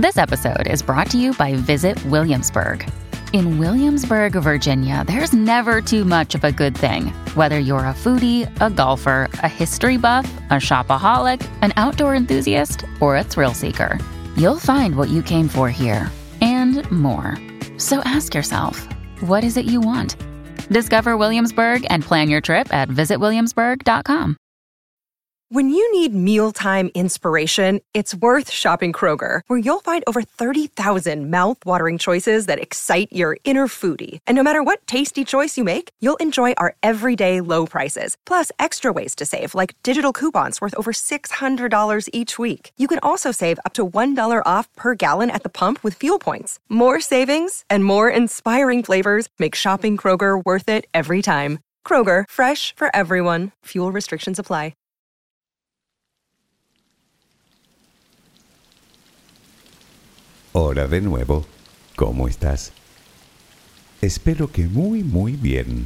This episode is brought to you by Visit Williamsburg. In Williamsburg, Virginia, there's never too much of a good thing. Whether you're a foodie, a golfer, a history buff, a shopaholic, an outdoor enthusiast, or a thrill seeker, you'll find what you came for here and more. So ask yourself, what is it you want? Discover Williamsburg and plan your trip at visitwilliamsburg.com. When you need mealtime inspiration, it's worth shopping Kroger, where you'll find over 30,000 mouth-watering choices that excite your inner foodie. And no matter what tasty choice you make, you'll enjoy our everyday low prices, plus extra ways to save, like digital coupons worth over $600 each week. You can also save up to $1 off per gallon at the pump with fuel points. More savings and more inspiring flavors make shopping Kroger worth it every time. Kroger, fresh for everyone. Fuel restrictions apply. Hola de nuevo, ¿cómo estás? Espero que muy bien.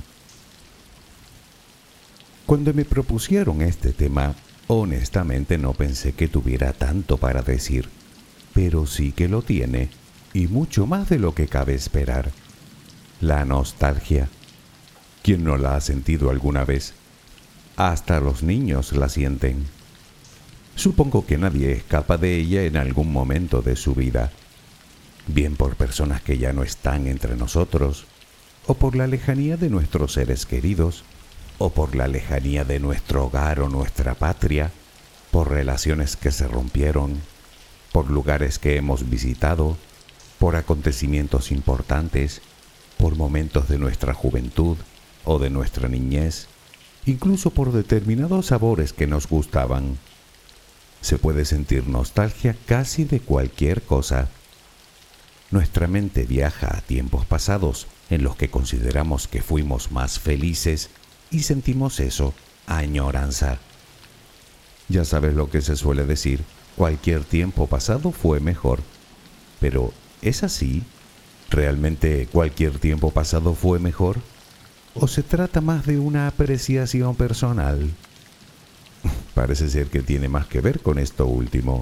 Cuando me propusieron este tema, honestamente no pensé que tuviera tanto para decir, pero sí que lo tiene, y mucho más de lo que cabe esperar. La nostalgia. ¿Quién no la ha sentido alguna vez? Hasta los niños la sienten. Supongo que nadie escapa de ella en algún momento de su vida. Bien por personas que ya no están entre nosotros, o por la lejanía de nuestros seres queridos, o por la lejanía de nuestro hogar o nuestra patria, por relaciones que se rompieron, por lugares que hemos visitado, por acontecimientos importantes, por momentos de nuestra juventud o de nuestra niñez, incluso por determinados sabores que nos gustaban. Se puede sentir nostalgia casi de cualquier cosa. Nuestra mente viaja a tiempos pasados en los que consideramos que fuimos más felices y sentimos eso, añoranza. Ya sabes lo que se suele decir, cualquier tiempo pasado fue mejor. Pero, ¿es así? ¿Realmente cualquier tiempo pasado fue mejor? ¿O se trata más de una apreciación personal? Parece ser que tiene más que ver con esto último.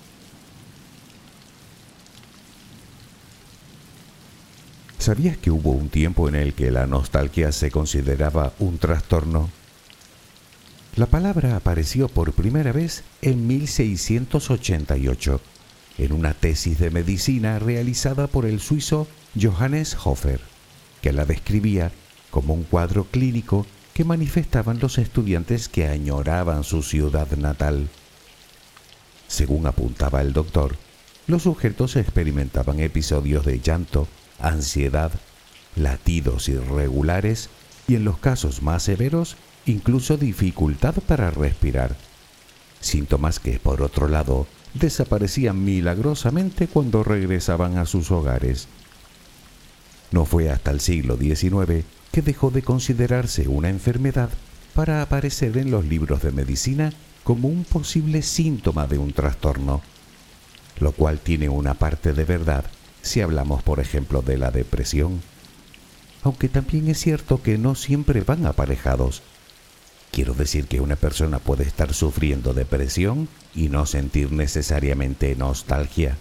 ¿Sabías que hubo un tiempo en el que la nostalgia se consideraba un trastorno? La palabra apareció por primera vez en 1688, en una tesis de medicina realizada por el suizo Johannes Hofer, que la describía como un cuadro clínico que manifestaban los estudiantes que añoraban su ciudad natal. Según apuntaba el doctor, los sujetos experimentaban episodios de llanto, ansiedad, latidos irregulares y en los casos más severos, incluso dificultad para respirar. Síntomas que, por otro lado, desaparecían milagrosamente cuando regresaban a sus hogares. No fue hasta el siglo XIX que dejó de considerarse una enfermedad para aparecer en los libros de medicina como un posible síntoma de un trastorno, lo cual tiene una parte de verdad si hablamos, por ejemplo, de la depresión, aunque también es cierto que no siempre van aparejados. Quiero decir que una persona puede estar sufriendo depresión y no sentir necesariamente nostalgia.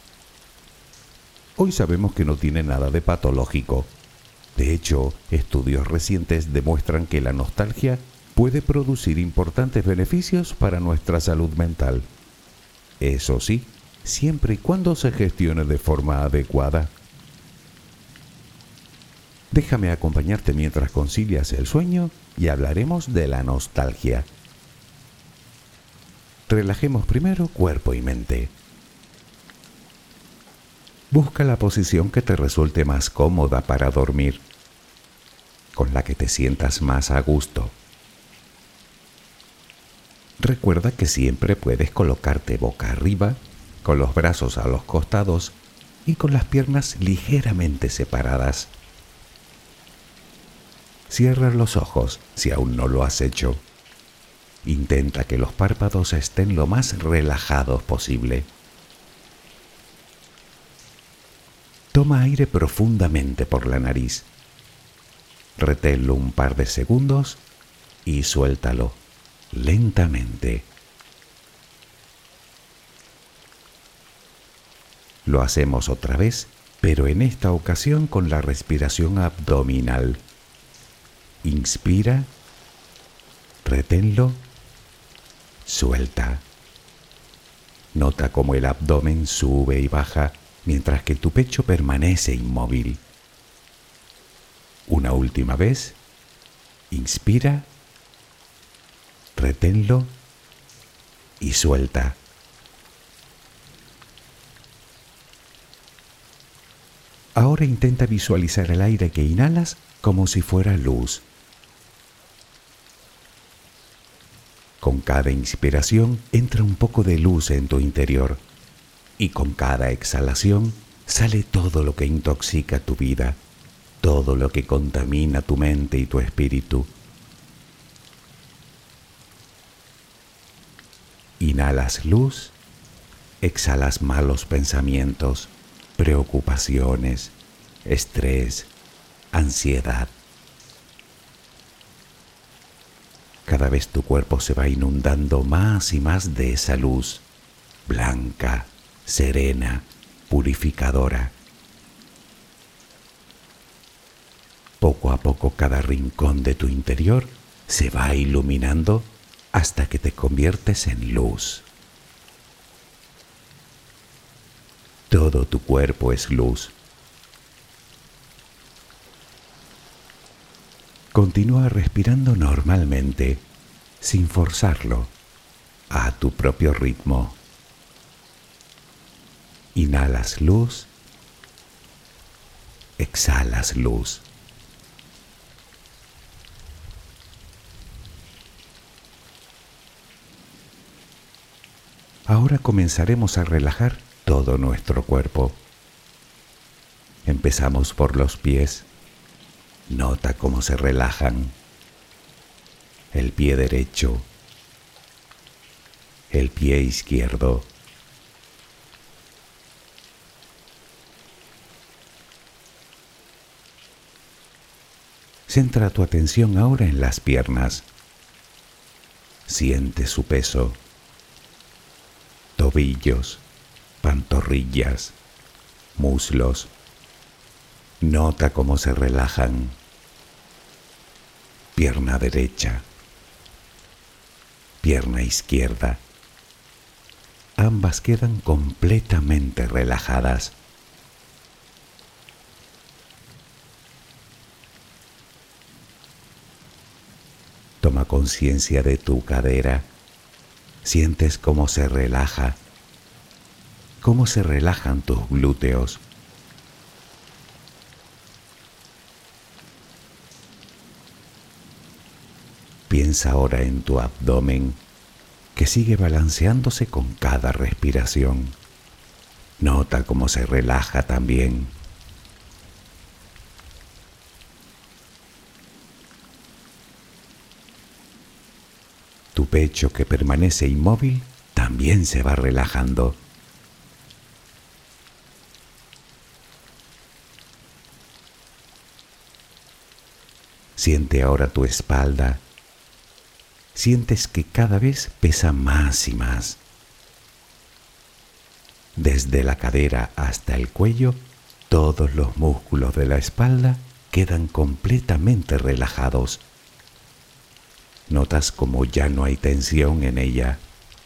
Hoy sabemos que no tiene nada de patológico. De hecho, estudios recientes demuestran que la nostalgia puede producir importantes beneficios para nuestra salud mental. Eso sí, siempre y cuando se gestione de forma adecuada. Déjame acompañarte mientras concilias el sueño y hablaremos de la nostalgia. Relajemos primero cuerpo y mente. Busca la posición que te resulte más cómoda para dormir, con la que te sientas más a gusto. Recuerda que siempre puedes colocarte boca arriba, con los brazos a los costados y con las piernas ligeramente separadas. Cierra los ojos si aún no lo has hecho. Intenta que los párpados estén lo más relajados posible. Toma aire profundamente por la nariz. Reténlo un par de segundos y suéltalo lentamente. Lo hacemos otra vez, pero en esta ocasión con la respiración abdominal. Inspira, reténlo, suelta. Nota cómo el abdomen sube y baja mientras que tu pecho permanece inmóvil. Una última vez. Inspira, reténlo y suelta. Ahora intenta visualizar el aire que inhalas como si fuera luz. Con cada inspiración entra un poco de luz en tu interior y con cada exhalación sale todo lo que intoxica tu vida, todo lo que contamina tu mente y tu espíritu. Inhalas luz, exhalas malos pensamientos, preocupaciones, estrés, ansiedad. Cada vez tu cuerpo se va inundando más y más de esa luz, blanca, serena, purificadora. Poco a poco cada rincón de tu interior se va iluminando hasta que te conviertes en luz. Todo tu cuerpo es luz. Continúa respirando normalmente, sin forzarlo, a tu propio ritmo. Inhalas luz, exhalas luz. Ahora comenzaremos a relajar todo nuestro cuerpo. Empezamos por los pies. Nota cómo se relajan. El pie derecho, el pie izquierdo. Centra tu atención ahora en las piernas. Siente su peso. Tobillos, pantorrillas, muslos. Nota cómo se relajan. Pierna derecha, pierna izquierda. Ambas quedan completamente relajadas. Toma conciencia de tu cadera. Sientes cómo se relaja, cómo se relajan tus glúteos. Piensa ahora en tu abdomen, que sigue balanceándose con cada respiración. Nota cómo se relaja también. Tu pecho, que permanece inmóvil, también se va relajando. Siente ahora tu espalda. Sientes que cada vez pesa más y más. Desde la cadera hasta el cuello, todos los músculos de la espalda quedan completamente relajados. Notas como ya no hay tensión en ella.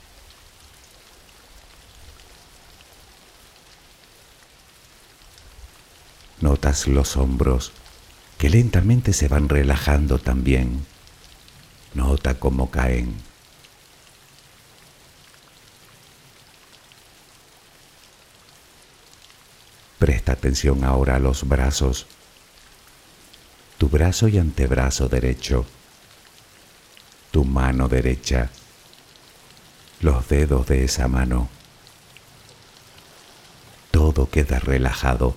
Notas los hombros que lentamente se van relajando también. Nota cómo caen. Presta atención ahora a los brazos. Tu brazo y antebrazo derecho. Tu mano derecha. Los dedos de esa mano. Todo queda relajado.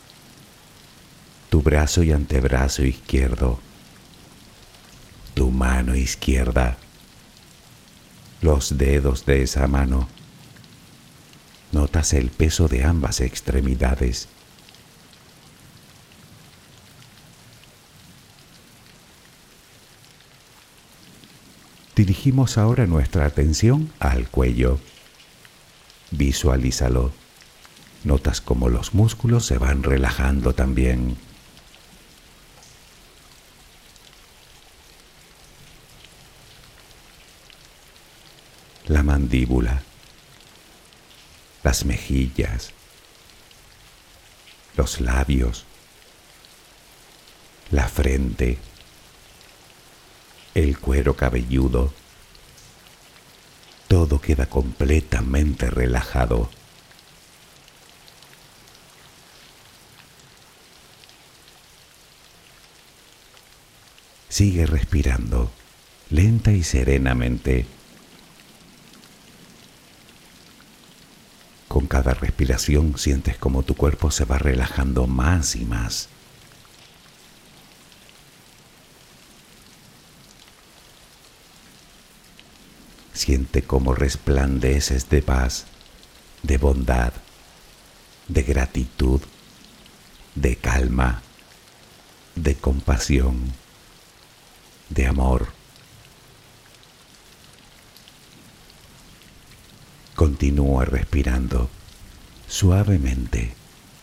Tu brazo y antebrazo izquierdo. Tu mano izquierda. Los dedos de esa mano. Notas el peso de ambas extremidades. Dirigimos ahora nuestra atención al cuello. Visualízalo. Notas cómo los músculos se van relajando también. La mandíbula, las mejillas, los labios, la frente, el cuero cabelludo, todo queda completamente relajado. Sigue respirando, lenta y serenamente. Con cada respiración sientes como tu cuerpo se va relajando más y más. Siente cómo resplandeces de paz, de bondad, de gratitud, de calma, de compasión, de amor. Continúa respirando suavemente.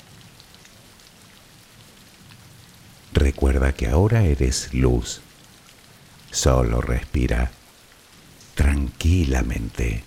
Recuerda que ahora eres luz. Solo respira tranquilamente.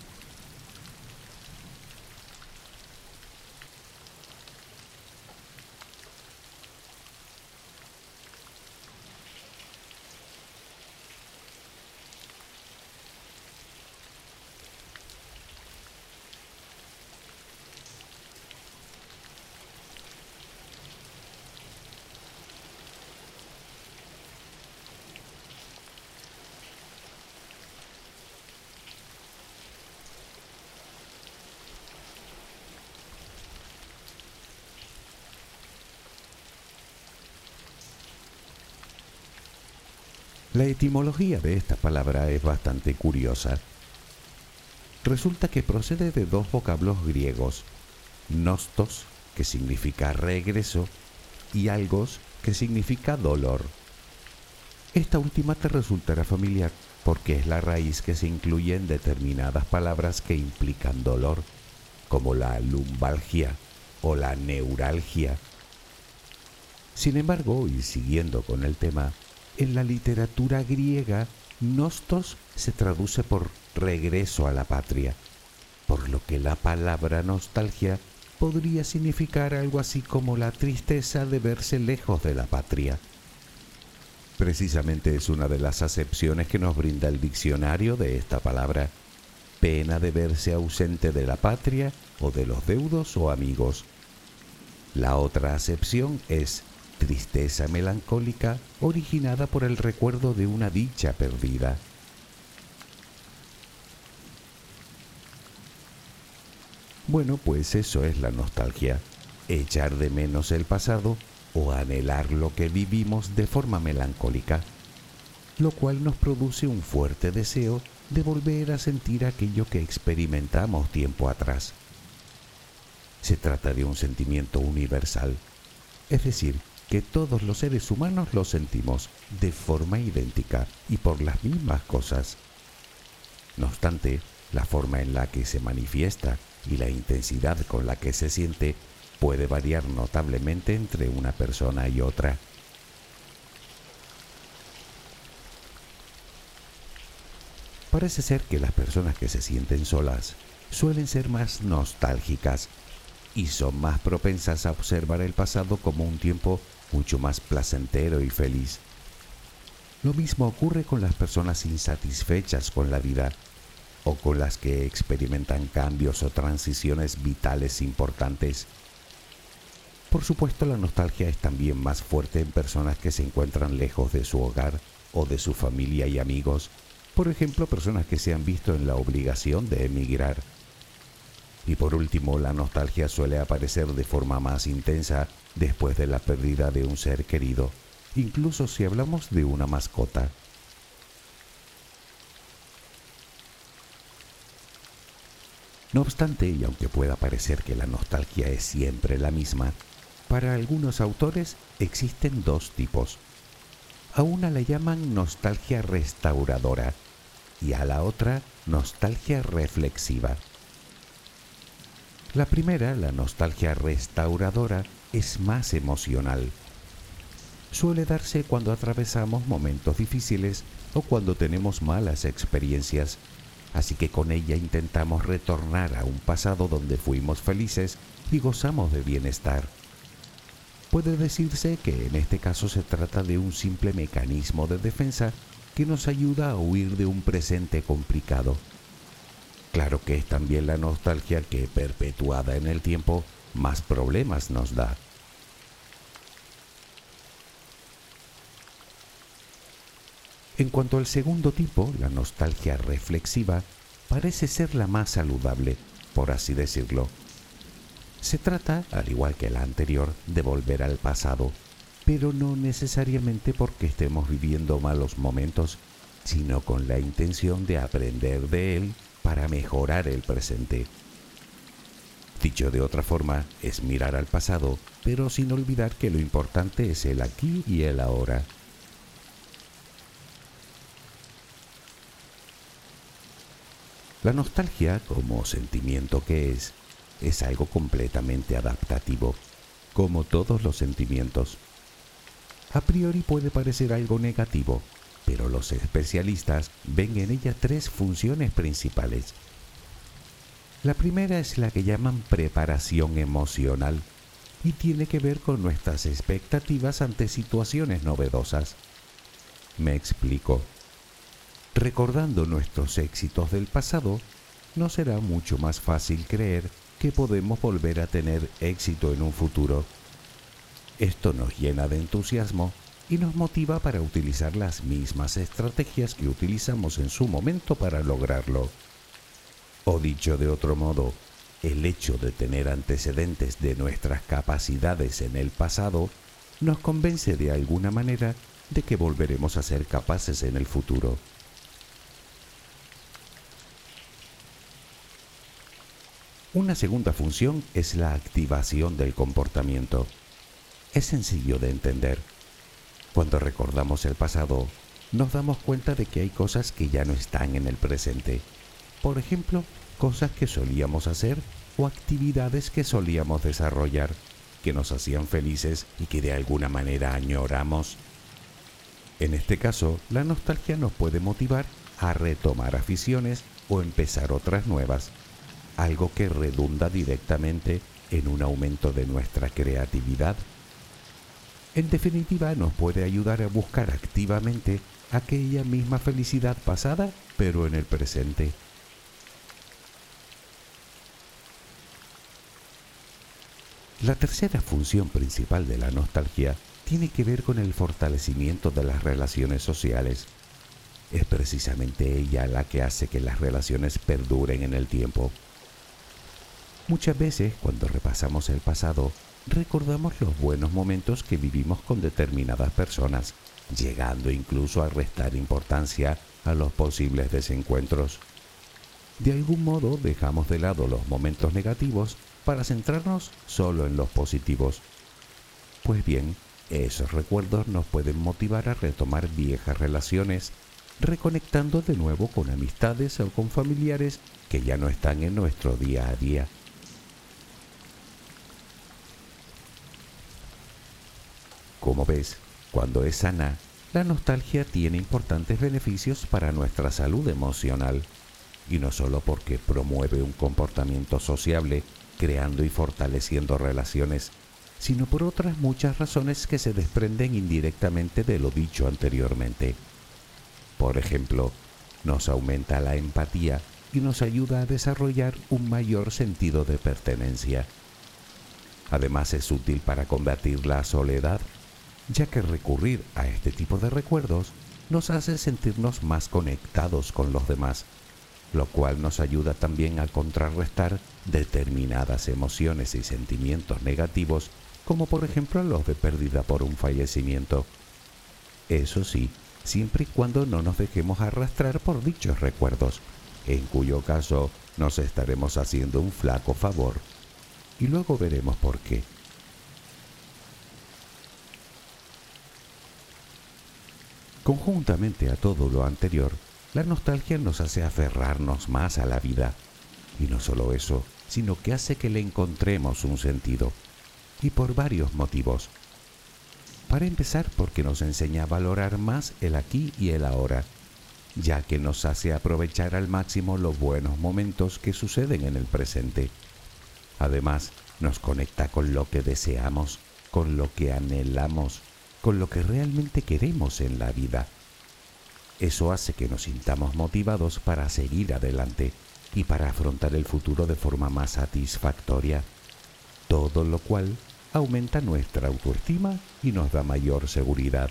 La etimología de esta palabra es bastante curiosa. Resulta que procede de dos vocablos griegos, nostos, que significa regreso, y algos, que significa dolor. Esta última te resultará familiar porque es la raíz que se incluye en determinadas palabras que implican dolor, como la lumbalgia o la neuralgia. Sin embargo, y siguiendo con el tema, en la literatura griega, nostos se traduce por regreso a la patria, por lo que la palabra nostalgia podría significar algo así como la tristeza de verse lejos de la patria. Precisamente es una de las acepciones que nos brinda el diccionario de esta palabra, pena de verse ausente de la patria o de los deudos o amigos. La otra acepción es tristeza melancólica originada por el recuerdo de una dicha perdida. Bueno, pues eso es la nostalgia, echar de menos el pasado o anhelar lo que vivimos de forma melancólica, lo cual nos produce un fuerte deseo de volver a sentir aquello que experimentamos tiempo atrás. Se trata de un sentimiento universal, es decir, que todos los seres humanos lo sentimos de forma idéntica y por las mismas cosas. No obstante, la forma en la que se manifiesta y la intensidad con la que se siente puede variar notablemente entre una persona y otra. Parece ser que las personas que se sienten solas suelen ser más nostálgicas y son más propensas a observar el pasado como un tiempo mucho más placentero y feliz. Lo mismo ocurre con las personas insatisfechas con la vida o con las que experimentan cambios o transiciones vitales importantes. Por supuesto, la nostalgia es también más fuerte en personas que se encuentran lejos de su hogar o de su familia y amigos, por ejemplo, personas que se han visto en la obligación de emigrar. Y por último, la nostalgia suele aparecer de forma más intensa después de la pérdida de un ser querido, incluso si hablamos de una mascota. No obstante, y aunque pueda parecer que la nostalgia es siempre la misma, para algunos autores existen dos tipos. A una la llaman nostalgia restauradora y a la otra nostalgia reflexiva. La primera, la nostalgia restauradora, es más emocional. Suele darse cuando atravesamos momentos difíciles o cuando tenemos malas experiencias, así que con ella intentamos retornar a un pasado donde fuimos felices y gozamos de bienestar. Puede decirse que en este caso se trata de un simple mecanismo de defensa que nos ayuda a huir de un presente complicado. Claro que es también la nostalgia que, perpetuada en el tiempo, más problemas nos da. En cuanto al segundo tipo, la nostalgia reflexiva, parece ser la más saludable, por así decirlo. Se trata, al igual que la anterior, de volver al pasado, pero no necesariamente porque estemos viviendo malos momentos, sino con la intención de aprender de él para mejorar el presente. Dicho de otra forma, es mirar al pasado, pero sin olvidar que lo importante es el aquí y el ahora. La nostalgia, como sentimiento que es algo completamente adaptativo, como todos los sentimientos. A priori puede parecer algo negativo, pero los especialistas ven en ella tres funciones principales. La primera es la que llaman preparación emocional y tiene que ver con nuestras expectativas ante situaciones novedosas. Me explico. Recordando nuestros éxitos del pasado, nos será mucho más fácil creer que podemos volver a tener éxito en un futuro. Esto nos llena de entusiasmo y nos motiva para utilizar las mismas estrategias que utilizamos en su momento para lograrlo. O dicho de otro modo, el hecho de tener antecedentes de nuestras capacidades en el pasado nos convence de alguna manera de que volveremos a ser capaces en el futuro. Una segunda función es la activación del comportamiento. Es sencillo de entender. Cuando recordamos el pasado, nos damos cuenta de que hay cosas que ya no están en el presente. Por ejemplo, cosas que solíamos hacer o actividades que solíamos desarrollar, que nos hacían felices y que de alguna manera añoramos. En este caso, la nostalgia nos puede motivar a retomar aficiones o empezar otras nuevas, algo que redunda directamente en un aumento de nuestra creatividad. En definitiva, nos puede ayudar a buscar activamente aquella misma felicidad pasada, pero en el presente. La tercera función principal de la nostalgia tiene que ver con el fortalecimiento de las relaciones sociales. Es precisamente ella la que hace que las relaciones perduren en el tiempo. Muchas veces, cuando repasamos el pasado, recordamos los buenos momentos que vivimos con determinadas personas, llegando incluso a restar importancia a los posibles desencuentros. De algún modo dejamos de lado los momentos negativos para centrarnos solo en los positivos. Pues bien, esos recuerdos nos pueden motivar a retomar viejas relaciones, reconectando de nuevo con amistades o con familiares que ya no están en nuestro día a día. Como ves, cuando es sana, la nostalgia tiene importantes beneficios para nuestra salud emocional, y no solo porque promueve un comportamiento sociable, creando y fortaleciendo relaciones, sino por otras muchas razones que se desprenden indirectamente de lo dicho anteriormente. Por ejemplo, nos aumenta la empatía y nos ayuda a desarrollar un mayor sentido de pertenencia. Además, es útil para combatir la soledad, ya que recurrir a este tipo de recuerdos nos hace sentirnos más conectados con los demás, lo cual nos ayuda también a contrarrestar determinadas emociones y sentimientos negativos, como por ejemplo los de pérdida por un fallecimiento. Eso sí, siempre y cuando no nos dejemos arrastrar por dichos recuerdos, en cuyo caso nos estaremos haciendo un flaco favor. Y luego veremos por qué. Conjuntamente a todo lo anterior, la nostalgia nos hace aferrarnos más a la vida. Y no solo eso, sino que hace que le encontremos un sentido, y por varios motivos. Para empezar, porque nos enseña a valorar más el aquí y el ahora, ya que nos hace aprovechar al máximo los buenos momentos que suceden en el presente. Además, nos conecta con lo que deseamos, con lo que anhelamos, con lo que realmente queremos en la vida. Eso hace que nos sintamos motivados para seguir adelante y para afrontar el futuro de forma más satisfactoria, todo lo cual aumenta nuestra autoestima y nos da mayor seguridad.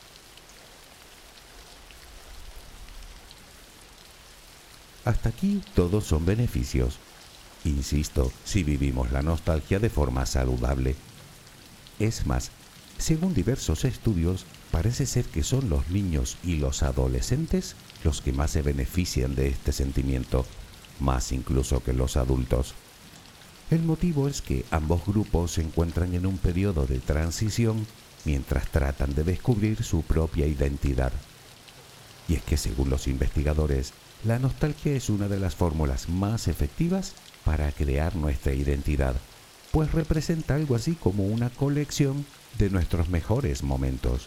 Hasta aquí todos son beneficios. Insisto, si vivimos la nostalgia de forma saludable. Es más, según diversos estudios, parece ser que son los niños y los adolescentes los que más se benefician de este sentimiento, más incluso que los adultos. El motivo es que ambos grupos se encuentran en un periodo de transición mientras tratan de descubrir su propia identidad. Y es que según los investigadores, la nostalgia es una de las fórmulas más efectivas para crear nuestra identidad, pues representa algo así como una colección de nuestros mejores momentos.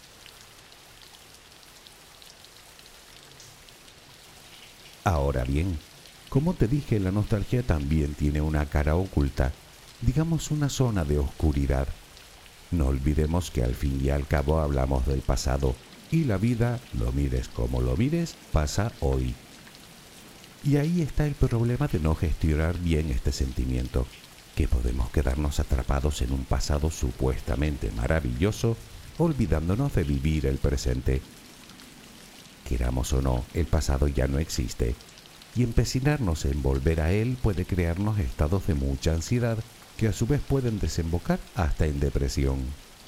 Ahora bien, como te dije, la nostalgia también tiene una cara oculta, digamos una zona de oscuridad. No olvidemos que al fin y al cabo hablamos del pasado, y la vida, lo mires como lo mires, pasa hoy. Y ahí está el problema de no gestionar bien este sentimiento, que podemos quedarnos atrapados en un pasado supuestamente maravilloso, olvidándonos de vivir el presente. Queramos o no, el pasado ya no existe, y empecinarnos en volver a él puede crearnos estados de mucha ansiedad que a su vez pueden desembocar hasta en depresión.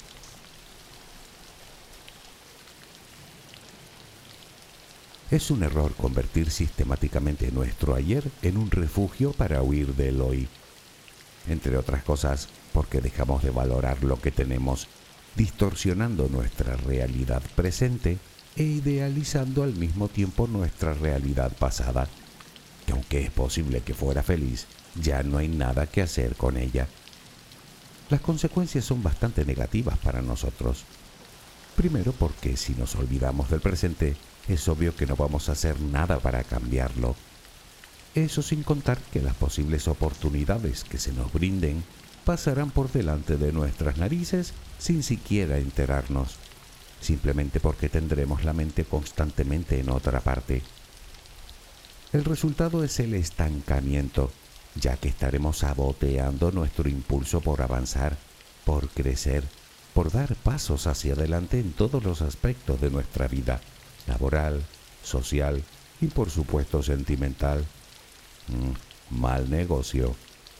Es un error convertir sistemáticamente nuestro ayer en un refugio para huir del hoy. Entre otras cosas, porque dejamos de valorar lo que tenemos, distorsionando nuestra realidad presente e idealizando al mismo tiempo nuestra realidad pasada, que aunque es posible que fuera feliz, ya no hay nada que hacer con ella. Las consecuencias son bastante negativas para nosotros. Primero, porque si nos olvidamos del presente, es obvio que no vamos a hacer nada para cambiarlo. Eso sin contar que las posibles oportunidades que se nos brinden pasarán por delante de nuestras narices sin siquiera enterarnos, simplemente porque tendremos la mente constantemente en otra parte. El resultado es el estancamiento, ya que estaremos saboteando nuestro impulso por avanzar, por crecer, por dar pasos hacia adelante en todos los aspectos de nuestra vida, laboral, social y por supuesto sentimental. Mal negocio.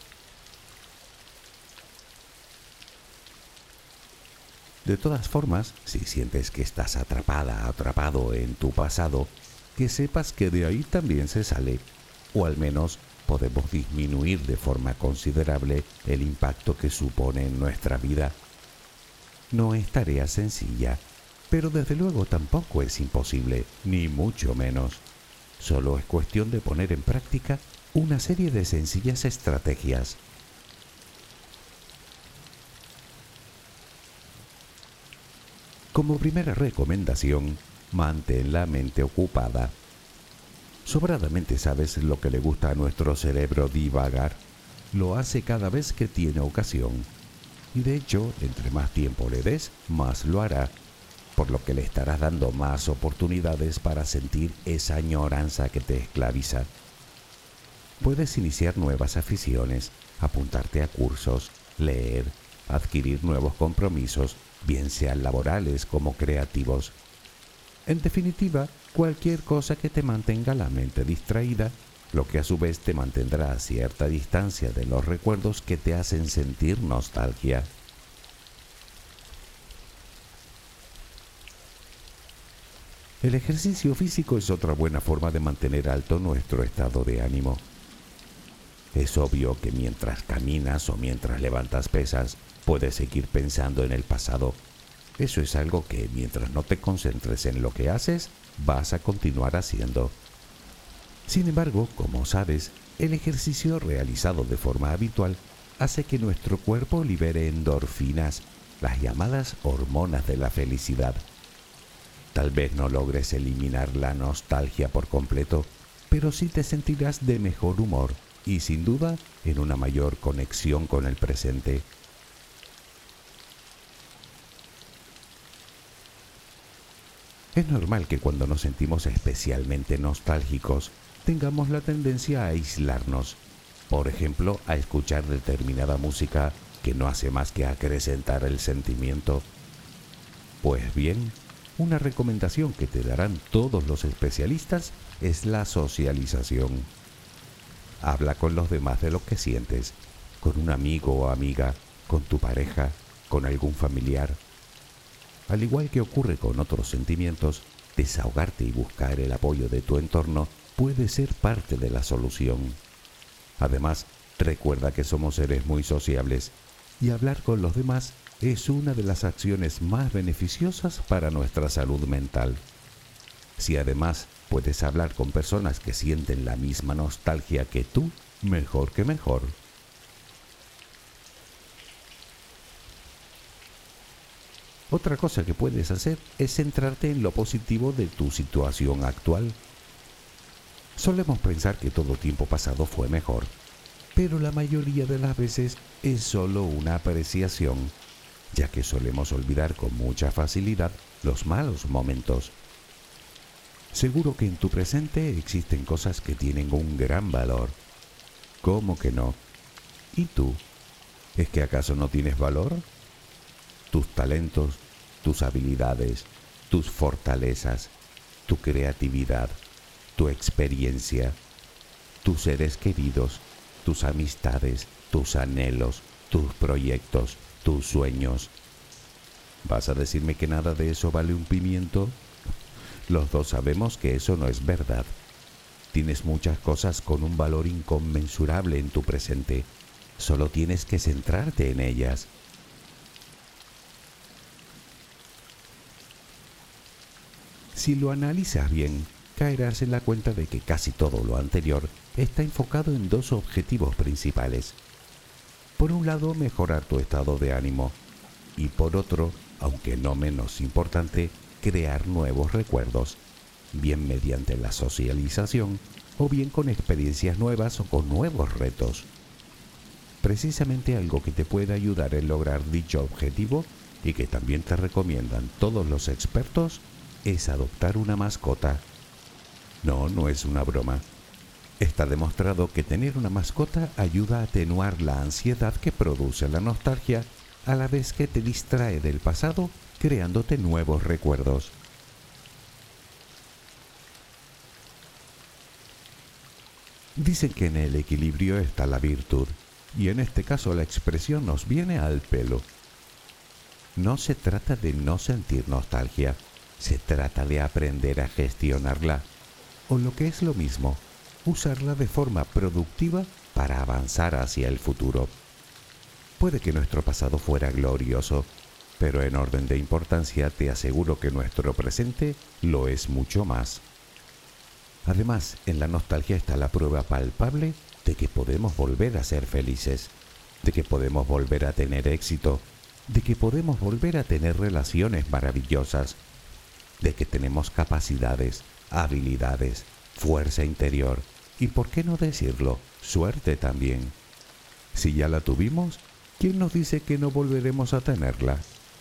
De todas formas, si sientes que estás atrapado en tu pasado, que sepas que de ahí también se sale, o al menos podemos disminuir de forma considerable el impacto que supone en nuestra vida. No es tarea sencilla, pero desde luego tampoco es imposible, ni mucho menos. Solo es cuestión de poner en práctica una serie de sencillas estrategias. Como primera recomendación, mantén la mente ocupada. Sobradamente sabes lo que le gusta a nuestro cerebro divagar. Lo hace cada vez que tiene ocasión. Y de hecho, entre más tiempo le des, más lo hará, por lo que le estarás dando más oportunidades para sentir esa añoranza que te esclaviza. Puedes iniciar nuevas aficiones, apuntarte a cursos, leer, adquirir nuevos compromisos, bien sean laborales como creativos. En definitiva, cualquier cosa que te mantenga la mente distraída, lo que a su vez te mantendrá a cierta distancia de los recuerdos que te hacen sentir nostalgia. El ejercicio físico es otra buena forma de mantener alto nuestro estado de ánimo. Es obvio que mientras caminas o mientras levantas pesas, puedes seguir pensando en el pasado. Eso es algo que, mientras no te concentres en lo que haces, vas a continuar haciendo. Sin embargo, como sabes, El ejercicio realizado de forma habitual hace que nuestro cuerpo libere endorfinas, las llamadas hormonas de la felicidad. Tal vez no logres eliminar la nostalgia por completo, pero sí te sentirás de mejor humor y sin duda en una mayor conexión con el presente. Es normal que cuando nos sentimos especialmente nostálgicos tengamos la tendencia a aislarnos, por ejemplo, a escuchar determinada música que no hace más que acrecentar el sentimiento. Pues bien, una recomendación que te darán todos los especialistas es la socialización. Habla con los demás de lo que sientes, con un amigo o amiga, con tu pareja, con algún familiar. Al igual que ocurre con otros sentimientos, desahogarte y buscar el apoyo de tu entorno puede ser parte de la solución. Además, recuerda que somos seres muy sociables y hablar con los demás es una de las acciones más beneficiosas para nuestra salud mental. Si además puedes hablar con personas que sienten la misma nostalgia que tú, mejor que mejor. Otra cosa que puedes hacer es centrarte en lo positivo de tu situación actual. Solemos pensar que todo tiempo pasado fue mejor, pero la mayoría de las veces es solo una apreciación, ya que solemos olvidar con mucha facilidad los malos momentos. Seguro que en tu presente existen cosas que tienen un gran valor. ¿Cómo que no? ¿Y tú? ¿Es que acaso no tienes valor? Tus talentos, tus habilidades, tus fortalezas, tu creatividad, tu experiencia, tus seres queridos, tus amistades, tus anhelos, tus proyectos, tus sueños. ¿Vas a decirme que nada de eso vale un pimiento? Los dos sabemos que eso no es verdad. Tienes muchas cosas con un valor inconmensurable en tu presente. Solo tienes que centrarte en ellas. Si lo analizas bien, caerás en la cuenta de que casi todo lo anterior está enfocado en dos objetivos principales. Por un lado, mejorar tu estado de ánimo y por otro, aunque no menos importante, crear nuevos recuerdos, bien mediante la socialización o bien con experiencias nuevas o con nuevos retos. Precisamente algo que te puede ayudar en lograr dicho objetivo y que también te recomiendan todos los expertos es adoptar una mascota. No es una broma. Está demostrado que tener una mascota ayuda a atenuar la ansiedad que produce la nostalgia, a la vez que te distrae del pasado, creándote nuevos recuerdos. Dicen que en el equilibrio está la virtud, y en este caso la expresión nos viene al pelo. No se trata de no sentir nostalgia, se trata de aprender a gestionarla, o lo que es lo mismo, usarla de forma productiva para avanzar hacia el futuro. Puede que nuestro pasado fuera glorioso, pero en orden de importancia te aseguro que nuestro presente lo es mucho más. Además, en la nostalgia está la prueba palpable de que podemos volver a ser felices, de que podemos volver a tener éxito, de que podemos volver a tener relaciones maravillosas, de que tenemos capacidades, habilidades, fuerza interior y, por qué no decirlo, suerte también. Si ya la tuvimos, ¿quién nos dice que no volveremos a tenerla?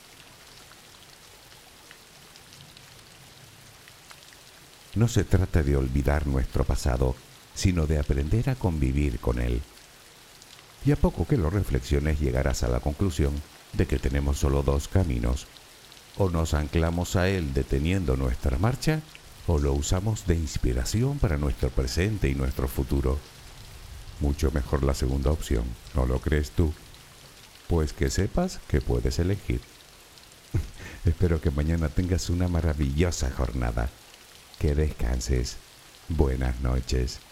No se trata de olvidar nuestro pasado, sino de aprender a convivir con él. Y a poco que lo reflexiones llegarás a la conclusión de que tenemos solo dos caminos. O nos anclamos a él deteniendo nuestra marcha, o lo usamos de inspiración para nuestro presente y nuestro futuro. Mucho mejor la segunda opción, ¿no lo crees tú? Pues que sepas que puedes elegir. Espero que mañana tengas una maravillosa jornada. Que descanses. Buenas noches.